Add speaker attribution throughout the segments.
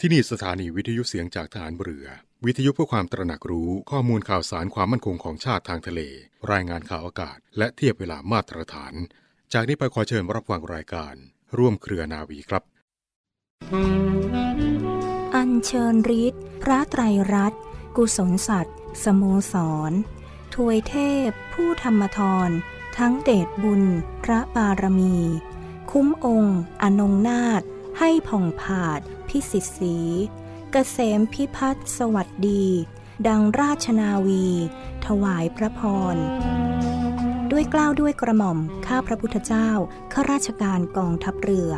Speaker 1: ที่นี่สถานีวิทยุเสียงจากทหารเรือวิทยุเพื่อความตระหนักรู้ข้อมูลข่าวสารความมั่นคงของชาติทางทะเลรายงานข่าวอากาศและเทียบเวลามาตรฐานจากนี้ไปขอเชิญรับฟังรายการร่วมเครือนาวีครับ
Speaker 2: อัญเชิญฤทธิ์พระไตรรัตน์กุศลสัตว์สโมสรทวยเทพผู้ธรรมธรทั้งเดชบุญพระบารมีคุ้มองค์อนงนาถให้ผ่องผาดพิสิทธิ์ศรีเกษมพิพัฒน์สวัสดีดังราชนาวีถวายพระพรด้วยเกล้าด้วยกระหม่อมข้าพระพุทธเจ้าข้าราชการกองทัพเรือ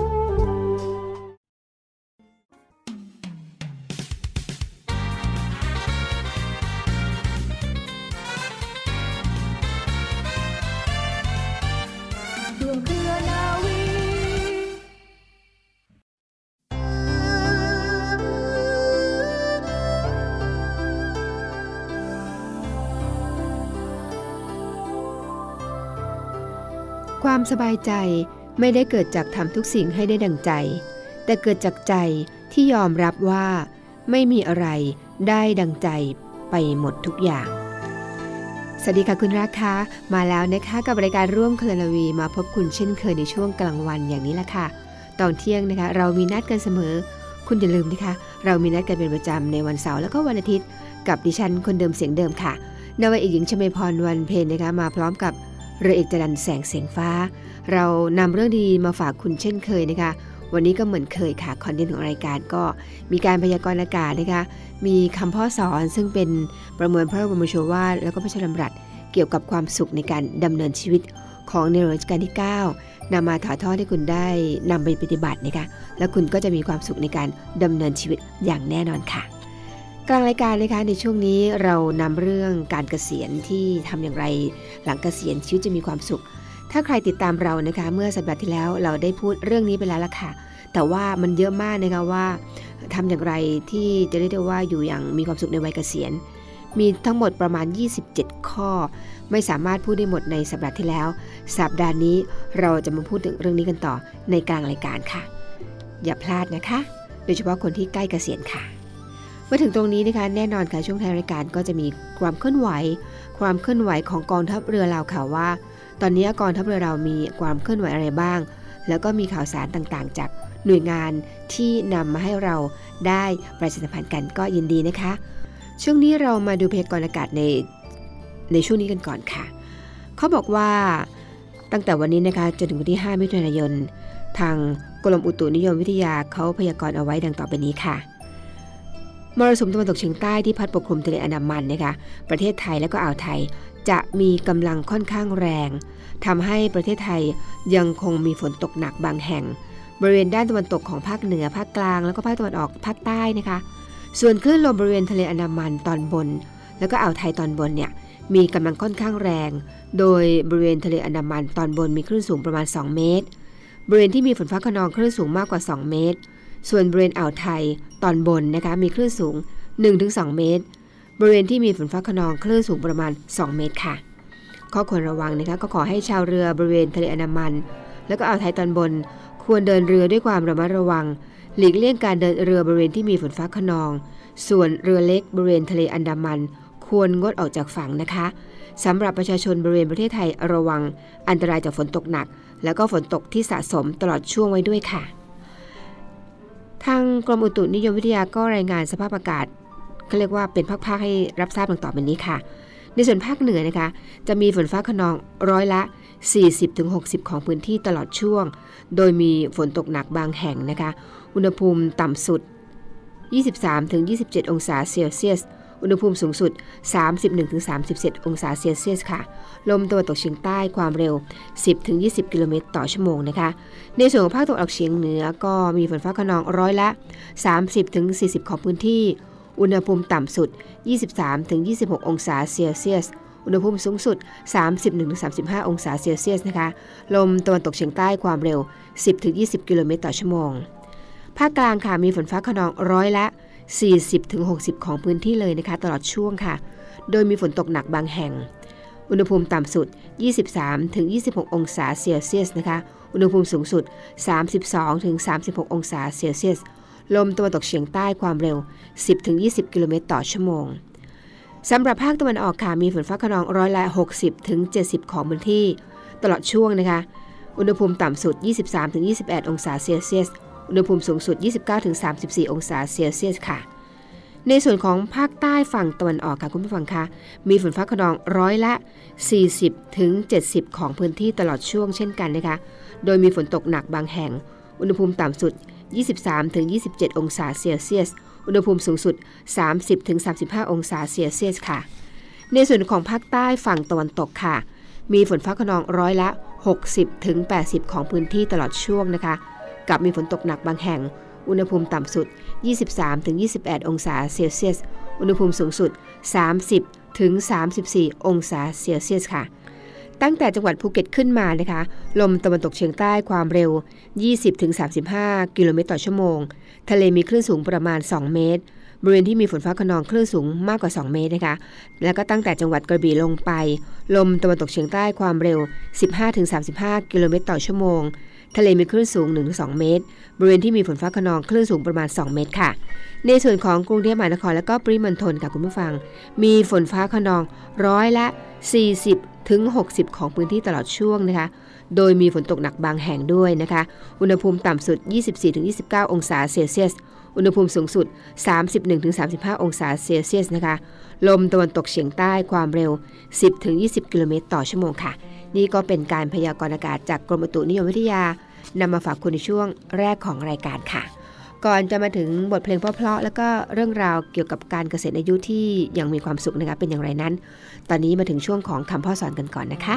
Speaker 3: ความสบายใจไม่ได้เกิดจากทำทุกสิ่งให้ได้ดังใจแต่เกิดจากใจที่ยอมรับว่าไม่มีอะไรได้ดังใจไปหมดทุกอย่างสวัสดีค่ะคุณรักคะมาแล้วนะคะกับรายการร่วมเครือนาวีมาพบคุณเช่นเคยในช่วงกลางวันอย่างนี้แหละค่ะตอนเที่ยงนะคะเรามีนัดกันเสมอคุณอย่าลืมนะคะเรามีนัดกันเป็นประจำในวันเสาร์แล้วก็วันอาทิตย์กับดิฉันคนเดิมเสียงเดิมค่ะนาวาเอกหญิงชเมพรวันเพ็ญนะคะมาพร้อมกับเรือเอกจรัญแสงเสียงฟ้าเรานำเรื่องดีมาฝากคุณเช่นเคยนะคะวันนี้ก็เหมือนเคยค่ะคอนเทนต์ของรายการก็มีการพยากรณ์อากาศนะคะมีคำพ่อสอนซึ่งเป็นประมวลพระบรมโชวาทแล้วก็พระราชดำรัสเกี่ยวกับความสุขในการดำเนินชีวิตของในรัชกาลที่9นำมาถ่ายทอดให้คุณได้นำไปปฏิบัตินะคะแล้วคุณก็จะมีความสุขในการดำเนินชีวิตอย่างแน่นอนค่ะกลางรายการนะคะในช่วงนี้เรานำเรื่องการเกษียณที่ทำอย่างไรหลังเกษียณชีวิตจะมีความสุขถ้าใครติดตามเรานะคะเมื่อสัปดาห์ที่แล้วเราได้พูดเรื่องนี้ไปแล้วล่ะค่ะแต่ว่ามันเยอะมากนะคะว่าทำอย่างไรที่จะเรียกได้ว่าอยู่อย่างมีความสุขในวัยเกษียณมีทั้งหมดประมาณ27ข้อไม่สามารถพูดได้หมดในสัปดาห์ที่แล้วสัปดาห์นี้เราจะมาพูดถึงเรื่องนี้กันต่อในกลางรายการค่ะอย่าพลาดนะคะโดยเฉพาะคนที่ใกล้เกษียณค่ะมาถึงตรงนี้นะคะแน่นอนค่ะช่วงท้ายรายการก็จะมีความเคลื่อนไหวของกองทัพเรือเราค่ะว่าตอนนี้กองทัพเรือเรามีความเคลื่อนไหวอะไรบ้างแล้วก็มีข่าวสารต่างๆจากหน่วยงานที่นำมาให้เราได้ประชาสัมพันธ์กันก็ยินดีนะคะช่วงนี้เรามาดูพยากรณ์อากาศในช่วงนี้กันก่อนค่ะเขาบอกว่าตั้งแต่วันนี้นะคะจนถึงวันที่5มิถุนายนทางกรมอุตุนิยมวิทยาเขาพยากรณ์เอาไว้ดังต่อไปนี้ค่ะมรสุมตะวันตกเฉียงใต้ที่พัดปกคลุมทะเลอันดามันนะคะประเทศไทยและก็อ่าวไทยจะมีกำลังค่อนข้างแรงทำให้ประเทศไทยยังคงมีฝนตกหนักบางแห่งบริเวณด้านตะวันตกของภาคเหนือภาคกลางแล้วก็ภาคตะวันออกภาคใต้นะคะส่วนคลื่นลมบริเวณทะเลอันดามันตอนบนแล้วก็อ่าวไทยตอนบนเนี่ยมีกำลังค่อนข้างแรงโดยบริเวณทะเลอันดามันตอนบนมีคลื่นสูงประมาณ2เมตรบริเวณที่มีฝนฟ้าคะนองคลื่นสูงมากกว่า2เมตรส่วนบริเวณอ่าวไทยตอนบนนะคะมีคลื่นสูง 1-2 เมตรบริเวณที่มีฝนฟ้าคะนองคลื่นสูงประมาณ2เมตรค่ะข้อควรระวังนะคะก็ขอให้ชาวเรือบริเวณทะเลอันดามันแล้วก็อ่าวไทยตอนบนควรเดินเรือด้วยความระมัดระวังหลีกเลี่ยงการเดินเรือบริเวณที่มีฝนฟ้าคะนองส่วนเรือเล็กบริเวณทะเลอันดามันควรงดออกจากฝั่งนะคะสำหรับประชาชนบริเวณประเทศไทยระวังอันตรายจากฝนตกหนักแล้วก็ฝนตกที่สะสมตลอดช่วงไว้ด้วยค่ะทางกรมอุตุนิยมวิทยาก็รายงานสภาพอากาศเขาเรียกว่าเป็นภาคๆให้รับทราบดังต่อไปนี้ค่ะในส่วนภาคเหนือนะคะจะมีฝนฟ้าคะนองร้อยละ 40-60 ของพื้นที่ตลอดช่วงโดยมีฝนตกหนักบางแห่งนะคะอุณหภูมิต่ำสุด 23-27 องศาเซลเซียสอุณหภูมิสูงสุด 31-37 องศาเซลเซียสค่ะลมตะวันตกเฉียงใต้ความเร็ว 10-20 กิโลเมตรต่อชั่วโมงนะคะในส่วนของภาคตะวันออกเฉียงเหนือก็มีฝนฟ้าคะนองร้อยละ 30-40 ของพื้นที่อุณหภูมิต่ำสุด 23-26 องศาเซลเซียสอุณหภูมิสูงสุด 31-35 องศาเซลเซียสนะคะลมตะวันตกเฉียงใต้ความเร็ว 10-20 กิโลเมตรต่อชั่วโมงภาคกลางค่ะมีฝนฟ้าคะนองร้อยละ 40-60 ของพื้นที่เลยนะคะตลอดช่วงค่ะโดยมีฝนตกหนักบางแห่งอุณหภูมิต่ำสุด 23-26 องศาเซลเซียสนะคะอุณหภูมิสูงสุด 32-36 องศาเซลเซียสลมตะวันตกเฉียงใต้ความเร็ว 10-20 กิโลเมตรต่อชั่วโมงสำหรับภาคตะวันออกค่ะมีฝนฟ้าคะนองร้อยละ 60-70 ของพื้นที่ตลอดช่วงนะคะอุณหภูมิต่ำสุด 23-28 องศาเซลเซียสอุณหภูมิสูงสุด 29-34 องศาเซลเซียสค่ะในส่วนของภาคใต้ฝั่งตะวันออกค่ะคุณผู้ฟังคะมีฝนฟ้าคะนองร้อยละ 40-70 ของพื้นที่ตลอดช่วงเช่นกันนะคะโดยมีฝนตกหนักบางแห่งอุณหภูมิต่ำสุด 23-27 องศาเซลเซียสอุณหภูมิสูงสุด 30-35 องศาเซลเซียสค่ะในส่วนของภาคใต้ฝั่งตะวันตกค่ะมีฝนฟ้าคะนองร้อยละ 60-80 ของพื้นที่ตลอดช่วงนะคะกับมีฝนตกหนักบางแห่งอุณหภูมิต่ำสุด 23-28 องศาเซลเซียสอุณหภูมิสูงสุด 30-34 องศาเซลเซียสค่ะตั้งแต่จังหวัดภูเก็ตขึ้นมานะคะลมตะวันตกเฉียงใต้ความเร็ว 20-35 กิโลเมตรต่อชั่วโมงทะเลมีคลื่นสูงประมาณ 2 เมตรบริเวณที่มีฝนฟ้าคะนองคลื่นสูงมากกว่า 2 เมตรนะคะแล้วก็ตั้งแต่จังหวัดกระบี่ลงไปลมตะวันตกเฉียงใต้ความเร็ว 15-35 กิโลเมตรต่อชั่วโมงทะเลมีคลื่นสูง 1-2 เมตรบริเวณที่มีฝนฟ้าคะนองคลื่นสูงประมาณ 2 เมตรค่ะในส่วนของกรุงเทพมหานครและก็ปริมณฑลค่ะคุณผู้ฟังมีฝนฟ้าคะนองร้อยละ 40-60 ของพื้นที่ตลอดช่วงนะคะโดยมีฝนตกหนักบางแห่งด้วยนะคะอุณหภูมิต่ำสุด 24-29 องศาเซลเซียสอุณหภูมิสูงสุด 31-35 องศาเซลเซียสนะคะลมตะวันตกเฉียงใต้ความเร็ว 10-20 กิโลเมตรต่อชั่วโมงค่ะนี่ก็เป็นการพยากรณ์อากาศจากกรมอุตุนิยมวิทยานำมาฝากคุณในช่วงแรกของรายการค่ะก่อนจะมาถึงบทเพลงเพราะๆแล้วก็เรื่องราวเกี่ยวกับการเกษียณอายุที่ยังมีความสุขนะคะเป็นอย่างไรนั้นตอนนี้มาถึงช่วงของคำพ่อสอนกันก่อนนะคะ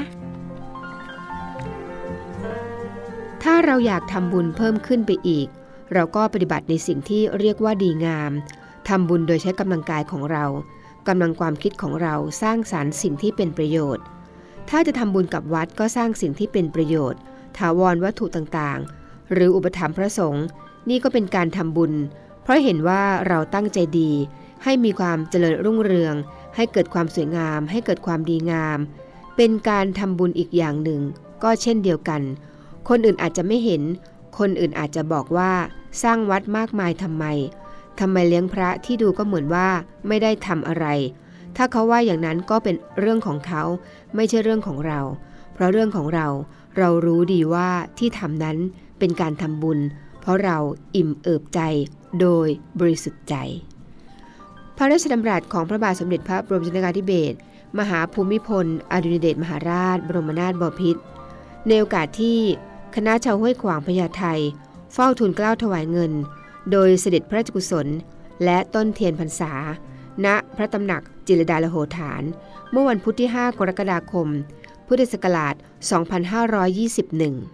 Speaker 3: ถ้าเราอยากทำบุญเพิ่มขึ้นไปอีกเราก็ปฏิบัติในสิ่งที่เรียกว่าดีงามทำบุญโดยใช้กำลังกายของเรากำลังความคิดของเราสร้างสรรค์สิ่งที่เป็นประโยชน์ถ้าจะทำบุญกับวัดก็สร้างสิ่งที่เป็นประโยชน์ถาวรวัตถุต่างๆหรืออุปถัมภ์พระสงฆ์นี่ก็เป็นการทำบุญเพราะเห็นว่าเราตั้งใจดีให้มีความเจริญรุ่งเรืองให้เกิดความสวยงามให้เกิดความดีงามเป็นการทำบุญอีกอย่างหนึ่งก็เช่นเดียวกันคนอื่นอาจจะไม่เห็นคนอื่นอาจจะบอกว่าสร้างวัดมากมายทำไมเลี้ยงพระที่ดูก็เหมือนว่าไม่ได้ทำอะไรถ้าเขาว่าอย่างนั้นก็เป็นเรื่องของเขาไม่ใช่เรื่องของเราเพราะเรื่องของเรารู้ดีว่าที่ทำนั้นเป็นการทำบุญเพราะเราอิ่มเอิบใจโดยบริสุทธิ์ใจพระราชดำรัสของพระบาทสมเด็จพระบรมชนกาธิเบศรมหาภูมิพลอดุลยเดชมหาราชบรมนาถบพิตรในโอกาสที่คณะชาวห้วยขวางพญาไทเฝ้าทูลเกล้าถวายเงินโดยเสด็จพระราชกุศลและต้นเทียนพรรษาณพระตำหนักจิรดาลโหฐานเมื่อวันพุธที่ 5 กรกฎาคม พุทธศักราช 2521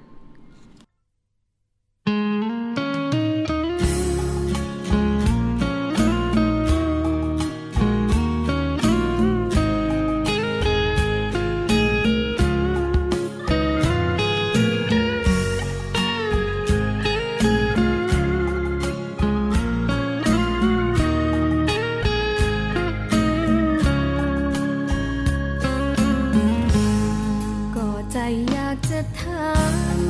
Speaker 4: ถาม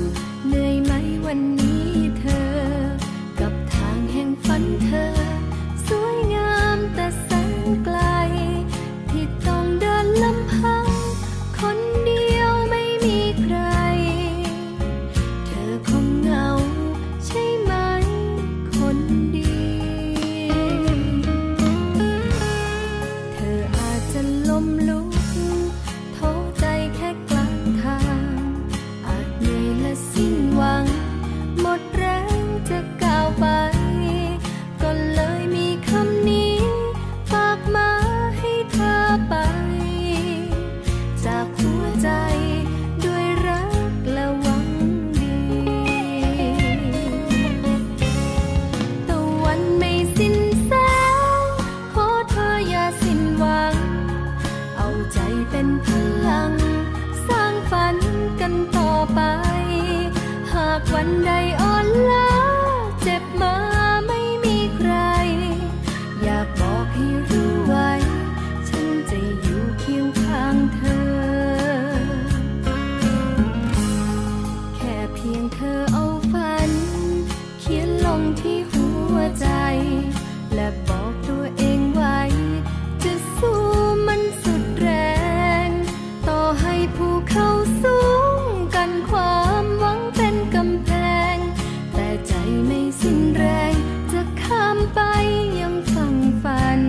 Speaker 4: ใจและบอกตัวเองไว้จะสู้มันสุดแรงต่อให้ภูเขาสูงกันความหวังเป็นกำแพงแต่ใจไม่สิ้นแรงจะข้ามไปยังฝั่งฝัน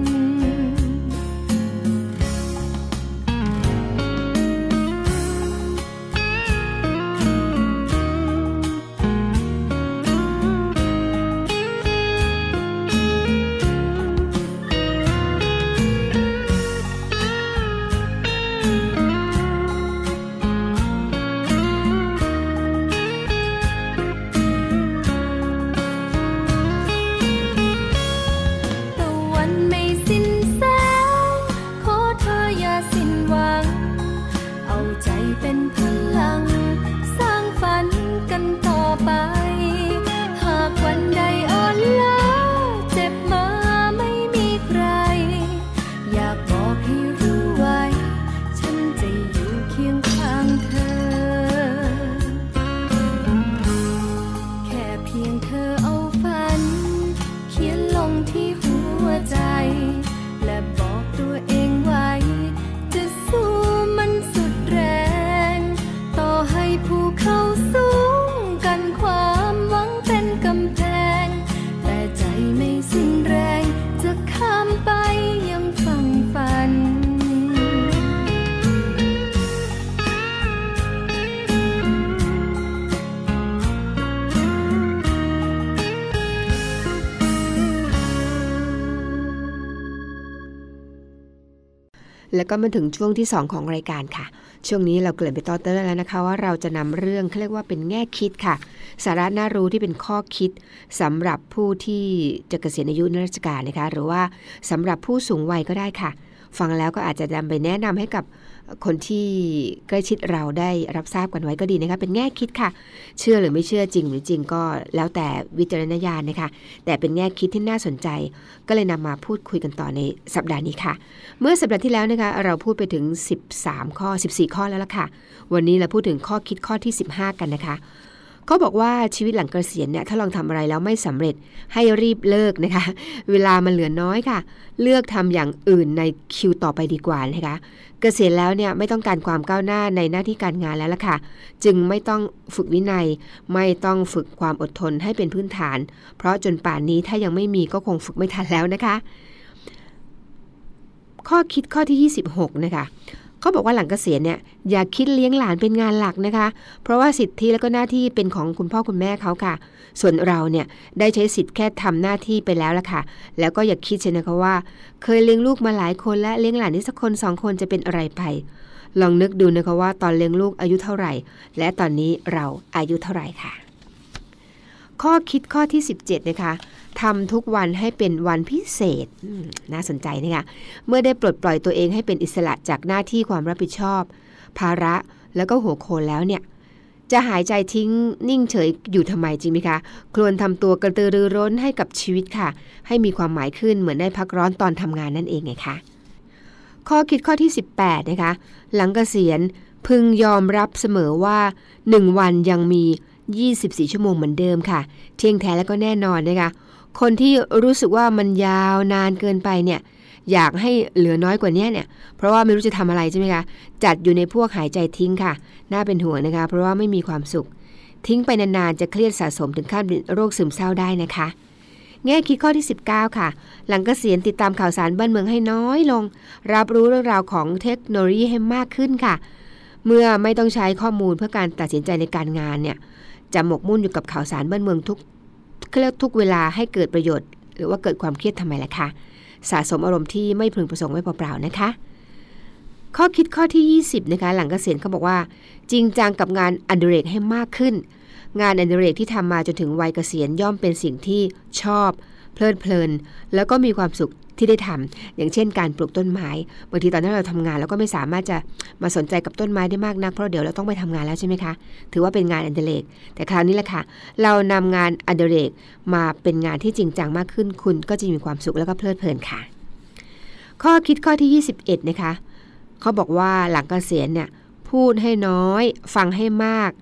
Speaker 3: แล้วก็มาถึงช่วงที่2ของรายการค่ะช่วงนี้เราเกริ่นไปตอนต้นแล้วนะคะว่าเราจะนำเรื่องเขาเรียกว่าเป็นแง่คิดค่ะสาระน่ารู้ที่เป็นข้อคิดสำหรับผู้ที่จะเกษียณอายุราชการนะคะหรือว่าสำหรับผู้สูงวัยก็ได้ค่ะฟังแล้วก็อาจจะนำไปแนะนำให้กับคนที่ใกล้ชิดเราได้รับทราบกันไว้ก็ดีนะคะเป็นแง่คิดค่ะเชื่อหรือไม่เชื่อจริงหรือจริงก็แล้วแต่วิจารณญาณนะคะแต่เป็นแง่คิดที่น่าสนใจก็เลยนำมาพูดคุยกันต่อในสัปดาห์นี้ค่ะเมื่อสัปดาห์ที่แล้วนะคะเราพูดไปถึง13ข้อ14ข้อแล้วล่ะค่ะวันนี้เราพูดถึงข้อคิดข้อที่15กันนะคะเขาบอกว่าชีวิตหลังเกษียณเนี่ยถ้าลองทำอะไรแล้วไม่สำเร็จให้รีบเลิกนะคะเวลามันเหลือน้อยค่ะเลือกทำอย่างอื่นในคิวต่อไปดีกว่านะคะเกษียณแล้วเนี่ยไม่ต้องการความก้าวหน้าในหน้าที่การงานแล้วล่ะค่ะจึงไม่ต้องฝึกวินัยไม่ต้องฝึกความอดทนให้เป็นพื้นฐานเพราะจนป่านนี้ถ้ายังไม่มีก็คงฝึกไม่ทันแล้วนะคะข้อคิดข้อที่26นะคะเขาบอกว่าหลังเกษียณเนี่ยอย่าคิดเลี้ยงหลานเป็นงานหลักนะคะเพราะว่าสิทธิและก็หน้าที่เป็นของคุณพ่อคุณแม่เขาค่ะส่วนเราเนี่ยได้ใช้สิทธิ์แค่ทำหน้าที่ไปแล้วล่ะค่ะแล้วก็อย่าคิดเช่นนะคะว่าเคยเลี้ยงลูกมาหลายคนและเลี้ยงหลานนี่สักคน2คนจะเป็นอะไรไปลองนึกดูนะคะว่าตอนเลี้ยงลูกอายุเท่าไหร่และตอนนี้เราอายุเท่าไหร่ค่ะข้อคิดข้อที่17นะคะทำทุกวันให้เป็นวันพิเศษน่าสนใจนะคะเมื่อได้ปลดปล่อยตัวเองให้เป็นอิสระจากหน้าที่ความรับผิดชอบภาระแล้วก็หัวโขนแล้วเนี่ยจะหายใจทิ้งนิ่งเฉยอยู่ทำไมจริงไหมคะควรทำตัวกระตือรือร้นให้กับชีวิตค่ะให้มีความหมายขึ้นเหมือนได้พักร้อนตอนทำงานนั่นเองไงคะข้อคิดข้อที่18นะคะหลังเกษียณพึงยอมรับเสมอว่า1วันยังมี24ชั่วโมงเหมือนเดิมค่ะเที่ยงแท้แล้วก็แน่นอนนะคะคนที่รู้สึกว่ามันยาวนานเกินไปเนี่ยอยากให้เหลือน้อยกว่านี้เนี่ยเพราะว่าไม่รู้จะทำอะไรใช่ไหมคะจัดอยู่ในพวกหายใจทิ้งค่ะน่าเป็นห่วงนะคะเพราะว่าไม่มีความสุขทิ้งไปนานๆจะเครียดสะสมถึงขั้นเป็นโรคซึมเศร้าได้นะคะแง่คิดข้อที่19ค่ะหลังเกษียณติดตามข่าวสารบ้านเมืองให้น้อยลงรับรู้เรื่องราวของเทคโนโลยีให้มากขึ้นค่ะเมื่อไม่ต้องใช้ข้อมูลเพื่อการตัดสินใจในการงานเนี่ยจะหมกมุ่นอยู่กับข่าวสารบ้านเมืองทุกเวลาให้เกิดประโยชน์หรือว่าเกิดความเครียดทำไมล่ะคะสะสมอารมณ์ที่ไม่พึงประสงค์ไว้เปล่าๆนะคะข้อคิดข้อที่20นะคะหลังเกษียณเขาบอกว่าจริงจังกับงานอดิเรกให้มากขึ้นงานอดิเรกที่ทำมาจนถึงวัยเกษียณย่อมเป็นสิ่งที่ชอบเพลิดเพลินแล้วก็มีความสุขที่ได้ทำอย่างเช่นการปลูกต้นไม้บางทีตอนนั้นเราทำงานแล้วก็ไม่สามารถจะมาสนใจกับต้นไม้ได้มากนักเพราะเดี๋ยวเราต้องไปทำงานแล้วใช่ไหมคะถือว่าเป็นงานอดิเรกแต่คราวนี้แหละค่ะเรานำงานอดิเรกมาเป็นงานที่จริงจังมากขึ้นคุณก็จะมีความสุขแล้วก็เพลิดเพลินค่ะข้อคิดข้อที่21นะคะเขาบอกว่าหลังเกษียณเนี่ยพูดให้น้อยฟังให้มาก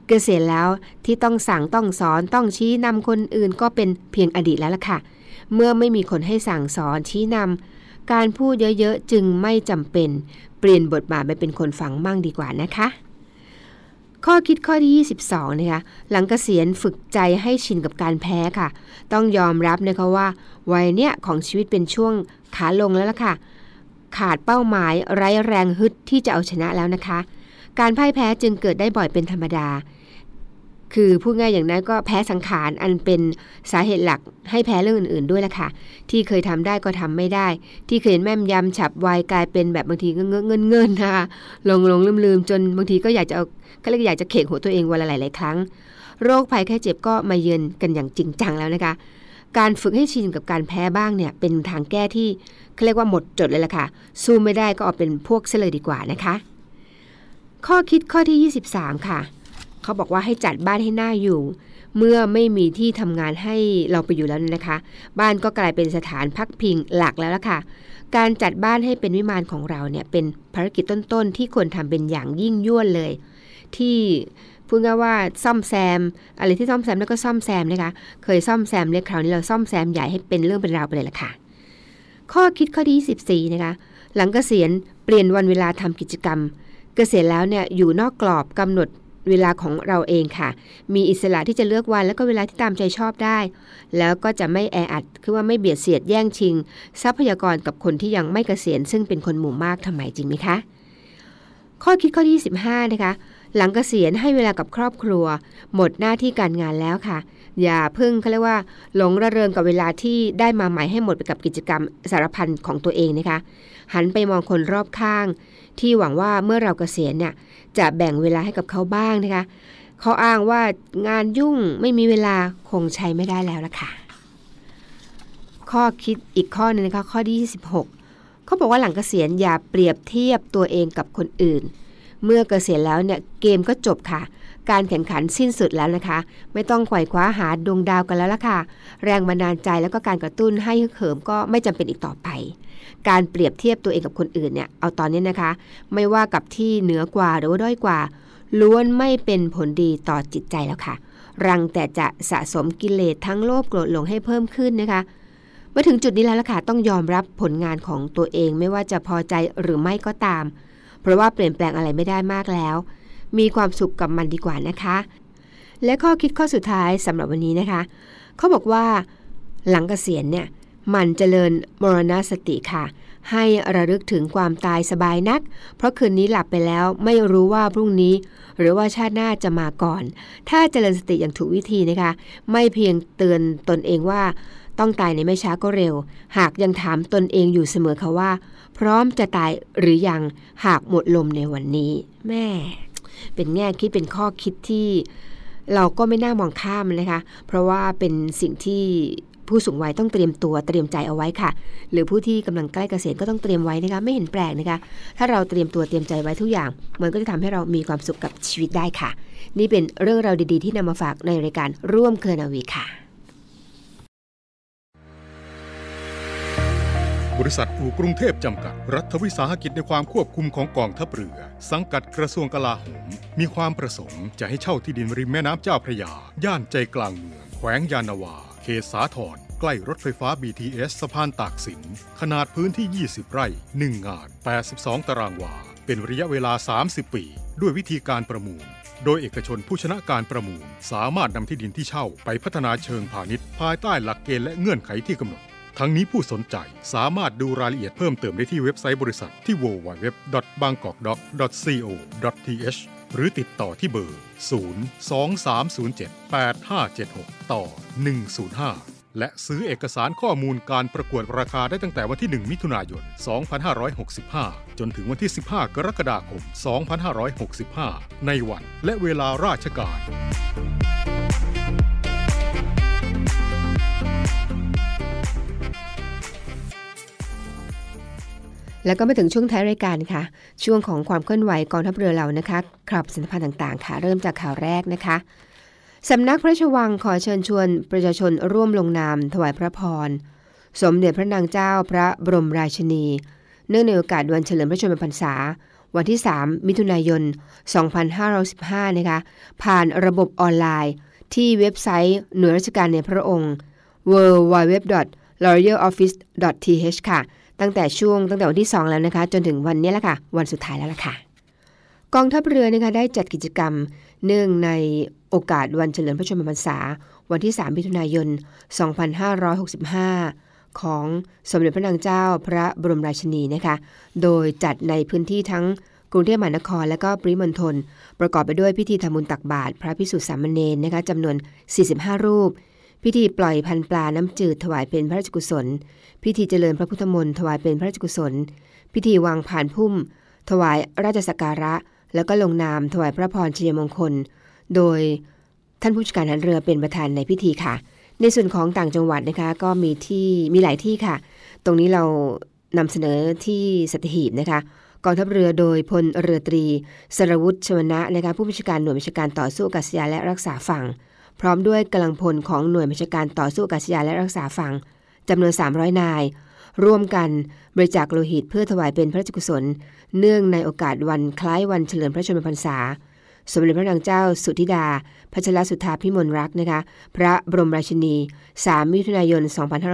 Speaker 3: เกษียณแล้วที่ต้องสั่งต้องสอนต้องชี้นำคนอื่นก็เป็นเพียงอดีตแล้วล่ะค่ะเมื่อไม่มีคนให้สั่งสอนชี้นำการพูดเยอะๆจึงไม่จำเป็นเปลี่ยนบทบาทไปเป็นคนฟังมั่งดีกว่านะคะข้อคิดข้อที่22นะคะหลังเกษียณฝึกใจให้ชินกับการแพ้ค่ะต้องยอมรับนะคะว่าวัยเนี้ยของชีวิตเป็นช่วงขาลงแล้วล่ะค่ะขาดเป้าหมายไร้แรงฮึดที่จะเอาชนะแล้วนะคะการพ่ายแพ้จึงเกิดได้บ่อยเป็นธรรมดาคือพูดง่ายอย่างนั้นก็แพ้สังขารอันเป็นสาเหตุหลักให้แพ้เรื่องอื่นๆด้วยล่ะค่ะที่เคยทำได้ก็ทำไม่ได้ที่เคยแม่นยำฉับไวกลายเป็นแบบบางทีเงินนะคะลงลืมจนบางทีก็อยากจะเอาก็เลยอยากจะเขกหัวตัวเองวันละหลายๆครั้งโรคภัยแค่เจ็บก็มาเยือนกันอย่างจริงจังแล้วนะคะการฝึกให้ชินกับการแพ้บ้างเนี่ยเป็นทางแก้ที่เขาเรียกว่าหมดจดเลยล่ะค่ะสู้ไม่ได้ก็เอาเป็นพวกซะเลยดีกว่านะคะข้อคิดข้อที่23ค่ะเขาบอกว่าให้จัดบ้านให้น่าอยู่เมื่อไม่มีที่ทำงานให้เราไปอยู่แล้วนะคะบ้านก็กลายเป็นสถานพักพิงหลักแล้วล่ะค่ะการจัดบ้านให้เป็นวิมานของเราเนี่ยเป็นภารกิจต้นๆที่ควรทำเป็นอย่างยิ่งยวดเลยที่พูดง่ายว่าซ่อมแซมอะไรที่ซ่อมแซมแล้วก็ซ่อมแซมนะคะเคยซ่อมแซมเล็กคราวนี้เราซ่อมแซมใหญ่ให้เป็นเรื่องเป็นราวไปเลยล่ะค่ะข้อคิดข้อที่24นะคะหลังเกษียณเปลี่ยนวันเวลาทำกิจกรรมเกษียณแล้วเนี่ยอยู่นอกกรอบกำหนดเวลาของเราเองค่ะมีอิสระที่จะเลือกวันแล้วก็เวลาที่ตามใจชอบได้แล้วก็จะไม่แออัดคือว่าไม่เบียดเสียดแย่งชิงทรัพยากรกับคนที่ยังไม่เกษียณซึ่งเป็นคนหมู่มากทำไมจริงไหมคะข้อคิดข้อที่25นะคะหลังเกษียณให้เวลากับครอบครัวหมดหน้าที่การงานแล้วค่ะอย่าเพิ่งเขาเรียกว่าหลงระเริงกับเวลาที่ได้มาใหม่ให้หมดไปกับกิจกรรมสารพันของตัวเองนะคะหันไปมองคนรอบข้างที่หวังว่าเมื่อเราเกษียณเนี่ยจะแบ่งเวลาให้กับเขาบ้างนะคะเขาอ้างว่างานยุ่งไม่มีเวลาคงใช้ไม่ได้แล้วล่ะค่ะข้อคิดอีกข้อนึงนะคะข้อที่26เขาบอกว่าหลังเกษียณอย่าเปรียบเทียบตัวเองกับคนอื่นเมื่อเกษียณแล้วเนี่ยเกมก็จบค่ะการแข่งขันสิ้นสุดแล้วนะคะไม่ต้องไขว่คว้าหาดวงดาวกันแล้วล่ะค่ะแรงบันดาลใจแล้วก็การกระตุ้นให้ฮึกเหิมก็ไม่จำเป็นอีกต่อไปการเปรียบเทียบตัวเองกับคนอื่นเนี่ยเอาตอนนี้นะคะไม่ว่ากับที่เหนือกว่าหรือว่าด้อยกว่าล้วนไม่เป็นผลดีต่อจิตใจแล้วค่ะรังแต่จะสะสมกิเลสทั้งโลภโกรธหลงให้เพิ่มขึ้นนะคะเมื่อถึงจุดนี้แล้วล่ะค่ะต้องยอมรับผลงานของตัวเองไม่ว่าจะพอใจหรือไม่ก็ตามเพราะว่าเปลี่ยนแปลงอะไรไม่ได้มากแล้วมีความสุขกับมันดีกว่านะคะและข้อคิดข้อสุดท้ายสำหรับวันนี้นะคะเขาบอกว่าหลังเกษียณเนี่ยมันเจริญมรณสติค่ะให้ระลึกถึงความตายสบายนักเพราะคืนนี้หลับไปแล้วไม่รู้ว่าพรุ่งนี้หรือว่าชาติหน้าจะมาก่อนถ้าเจริญสติอย่างถูกวิธีนะคะไม่เพียงเตือนตนเองว่าต้องตายในไม่ช้าก็เร็วหากยังถามตนเองอยู่เสมอค่ะว่าพร้อมจะตายหรือยังหากหมดลมในวันนี้แม่เป็นแง่คิดเป็นข้อคิดที่เราก็ไม่น่ามองข้ามนะคะเพราะว่าเป็นสิ่งที่ผู้สูงวัยต้องเตรียมตัวเตรียมใจเอาไว้ค่ะหรือผู้ที่กำลังใกล้เกษียณก็ต้องเตรียมไว้นะคะไม่เห็นแปลกนะคะถ้าเราเตรียมตัวเตรียมใจไว้ทุกอย่างมันก็จะทำให้เรามีความสุขกับชีวิตได้ค่ะนี่เป็นเรื่องราวดีๆที่นำมาฝากในรายการร่วมเครือนาวีค่ะ
Speaker 1: บริษัทอู่กรุงเทพจำกัดรัฐวิสาหกิจในความควบคุมของกองทัพเรือสังกัดกระทรวงกลาโหมมีความประสงค์จะให้เช่าที่ดินริมแม่น้ำเจ้าพระยาย่านใจกลางเมืองแขวงยานนาวาเขตสาทรใกล้รถไฟฟ้า BTS สะพานตากสินขนาดพื้นที่20ไร่1งาน82ตารางวาเป็นระยะเวลา30ปีด้วยวิธีการประมูลโดยเอกชนผู้ชนะการประมูลสามารถนำที่ดินที่เช่าไปพัฒนาเชิงพาณิชย์ภายใต้หลักเกณฑ์และเงื่อนไขที่กำหนดทั้งนี้ผู้สนใจสามารถดูรายละเอียดเพิ่มเติมได้ที่เว็บไซต์บริษัทที่ www.bangkokdock.co.th หรือติดต่อที่เบอร์ 023078576 ต่อ 105 และซื้อเอกสารข้อมูลการประกวดราคาได้ตั้งแต่วันที่ 1 มิถุนายน 2565 จนถึงวันที่ 15 กรกฎาคม 2565 ในวันและเวลาราชการ
Speaker 3: แล้วก็มาถึงช่วงท้ายรายการค่ะช่วงของความเคลื่อนไหวกองทัพเรือเรานะคะครับสัมพันธ์ต่างๆค่ะเริ่มจากข่าวแรกนะคะสำนักพระราชวังขอเชิญชวนประชาชนร่วมลงนามถวายพระพรสมเด็จพระนางเจ้าพระบรมราชินีเนื่องในโอกาสวันเฉลิมพระชนมพรรษาวันที่3มิถุนายน2515นะคะผ่านระบบออนไลน์ที่เว็บไซต์หน่วยราชการในพระองค์ www.royaloffice.th ค่ะตั้งแต่วันที่2แล้วนะคะจนถึงวันนี้แหละค่ะวันสุดท้ายแล้วล่ะค่ะกองทัพเรือนะคะได้จัดกิจกรรมเนื่องในโอกาสวันเฉลิมพระชนมพรรษาวันที่3มิถุนายน2565ของสมเด็จพระนางเจ้าพระบรมราชินีนะคะโดยจัดในพื้นที่ทั้งกรุงเทพมหานครและก็ปริมณฑลประกอบไปด้วยพิธีทำบุญตักบาตรพระภิกษุสามเณรนะคะจำนวน45รูปพิธีปล่อยพันปลาน้ำจืดถวายเป็นพระราชกุศลพิธีเจริญพระพุทธมนต์ถวายเป็นพระราชกุศลพิธีวางผ่านพุ่มถวายราชสักการะแล้วก็ลงนามถวายพระพรชัยมงคลโดยท่านผู้จัดการทหารเรือเป็นประธานในพิธีค่ะในส่วนของต่างจังหวัดนะคะก็มีหลายที่ค่ะตรงนี้เรานำเสนอที่สัตหีบนะคะกองทัพเรือโดยพลเรือตรีสรวุฒิชวนะนะคะผู้บัญชาการหน่วยบัญชาการต่อสู้อากาศยานและรักษาฝั่งพร้อมด้วยกำลังพลของหน่วยบัญชาการต่อสู้อากาศยานและรักษาฝั่งจำนวน300นายร่วมกันบริจาคโลหิตเพื่อถวายเป็นพระราชกุศลเนื่องในโอกาสวันคล้ายวันเฉลิมพระชนมพรรษาสมเด็จพระนางเจ้าสุธิดาพัชรสุธาพิมลรักษ์นะคะพระบรมราชินี3มิถุนายน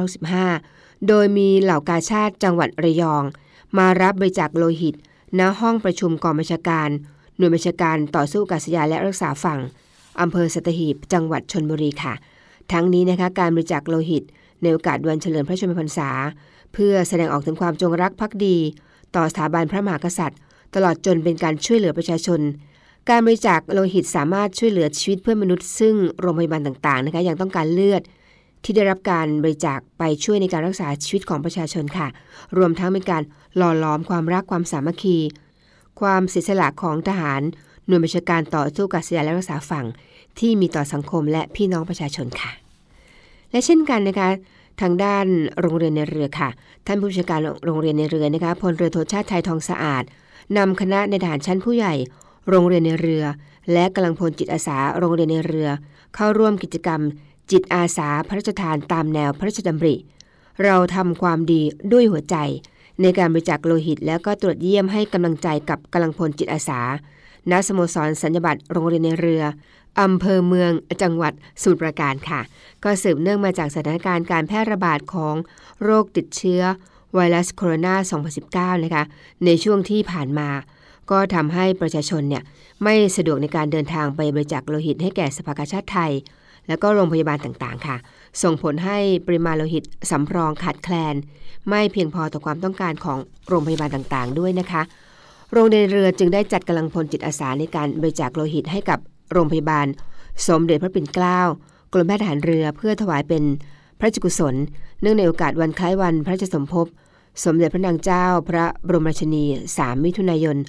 Speaker 3: 2565โดยมีเหล่ากาชาดจังหวัดระยองมารับบริจาคโลหิตณห้องประชุมกองบัญชาการหน่วยบัญชาการต่อสู้อากาศยานและรักษาฝั่งอำเภอสัตหีบจังหวัดชลบุรีค่ะทั้งนี้นะคะการบริจาคโลหิตในโอกาสวันเฉลิมพระชนมพรรษาเพื่อแสดงออกถึงความจงรักภักดีต่อสถาบันพระมหากษัตริย์ตลอดจนเป็นการช่วยเหลือประชาชนการบริจาคโลหิตสามารถช่วยเหลือชีวิตเพื่อนมนุษย์ซึ่งโรงพยาบาลต่างๆนะคะยังต้องการเลือดที่ได้รับการบริจาคไปช่วยในการรักษาชีวิตของประชาชนค่ะรวมทั้งเป็นการหล่อหลอมความรักความสามัคคีความเสียสละของทหารหน่วยบัญชาการต่อสู้อากาศยานและรักษาฝั่งที่มีต่อสังคมและพี่น้องประชาชนค่ะและเช่นกันนะคะทางด้านโรงเรียนในเรือค่ะท่านผู้บัญชาการโรงเรียนในเรือนะคะพลเรือโทชาติไทยทองสะอาดนำคณะในทหารชั้นผู้ใหญ่โรงเรียนในเรือและกำลังพลจิตอาสาโรงเรียนในเรือเข้าร่วมกิจกรรมจิตอาสาพระราชทานตามแนวพระราชดำริเราทำความดีด้วยหัวใจในการบริจาคโลหิตแล้วก็ตรวจเยี่ยมให้กำลังใจกับกำลังพลจิตอาสาณสโมสรสัญญบัตรโรงเรียนในเรืออำเภอเมืองจังหวัดสมุทรปราการค่ะก็สืบเนื่องมาจากสถานการณ์การแพร่ระบาดของโรคติดเชื้อไวรัสโคโรนา 2019 นะคะในช่วงที่ผ่านมาก็ทำให้ประชาชนเนี่ยไม่สะดวกในการเดินทางไปบริจาคโลหิตให้แก่สภากาชาดไทยแล้วก็โรงพยาบาลต่างๆค่ะส่งผลให้ปริมาณโลหิตสำรองขาดแคลนไม่เพียงพอต่อความต้องการของโรงพยาบาลต่างๆด้วยนะคะโรงเรียนเรือจึงได้จัดกำลังพลจิตอาสาในการบริจาคโลหิตให้กับโรงพยาบาลสมเด็จพระปิ่นเกล้ากรมแพทย์ทหารเรือเพื่อถวายเป็นพระราชกุศลเนื่องในโอกาสวันคล้ายวันพระราชสมภพสมเด็จพระนางเจ้าพระบรมราชินี3มิถุนายน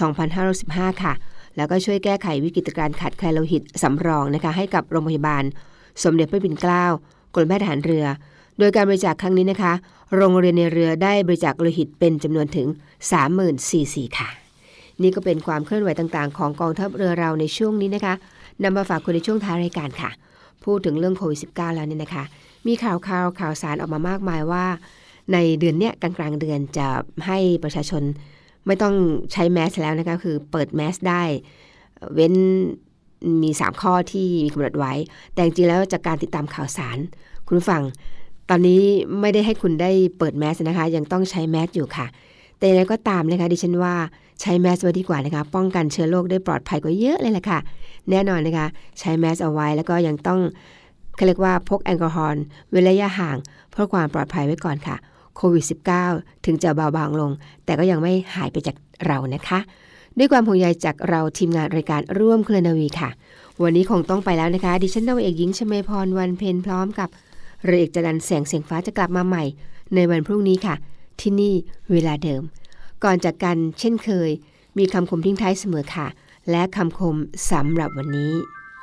Speaker 3: 2515ค่ะแล้วก็ช่วยแก้ไขวิกฤตการณ์ขาดแคลนโลหิตสำรองนะคะให้กับโรงพยาบาลสมเด็จพระปิ่นเกล้ากรมแพทย์ทหารเรือโดยการบริจาคครั้งนี้นะคะโรงเรียนในเรือได้บริจาคโลหิตเป็นจำนวนถึง 30,000 cc ค่ะนี่ก็เป็นความเคลื่อนไหวต่างๆของกองทัพเรือเราในช่วงนี้นะคะนำมาฝากคุณในช่วงท้ายรายการค่ะพูดถึงเรื่องโควิด -19 แล้วเนี่ยนะคะมีข่าวสารออกมามากมายว่าในเดือนเนี้ยกลางๆเดือนจะให้ประชาชนไม่ต้องใช้แมสแล้วนะคะคือเปิดแมสได้เว้นมี3ข้อที่มีกำหนดไว้แต่จริงๆแล้วจากการติดตามข่าวสารคุณผู้ฟังตอนนี้ไม่ได้ให้คุณได้เปิดแมสนะคะยังต้องใช้แมสอยู่ค่ะแต่อย่างไรก็ตามนะคะดิฉันว่าใช้แมสไว้ดีกว่านะคะป้องกันเชื้อโรคได้ปลอดภัยกว่าเยอะเลยแหละค่ะแน่นอนนะคะใช้แมสเอาไว้แล้วก็ยังต้องเขาเรียกว่าพกแอลกอฮอล์เว้นระยะห่างเพื่อความปลอดภัยไว้ก่อนค่ะโควิด -19 ถึงจะเบาบางลงแต่ก็ยังไม่หายไปจากเรานะคะด้วยความห่วงใยจากเราทีมงานรายการร่วมเครือนาวีค่ะวันนี้คงต้องไปแล้วนะคะดิฉันนาวาเอกหญิงชมาพรวันเพ็ญพร้อมกับเรือเอกจรัญแสงเสียงฟ้าจะกลับมาใหม่ในวันพรุ่งนี้ค่ะที่นี่เวลาเดิมก่อนจากกันเช่นเคยมีคำคมทิ้งท้ายเสมอค่ะและคำคมสำหรับวันนี้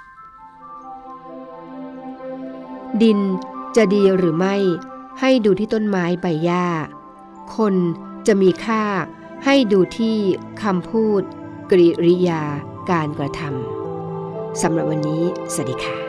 Speaker 3: ดินจะดีหรือไม่ให้ดูที่ต้นไม้ใบหญ้าคนจะมีค่าให้ดูที่คำพูดกริยาการกระทำสำหรับวันนี้สวัสดีค่ะ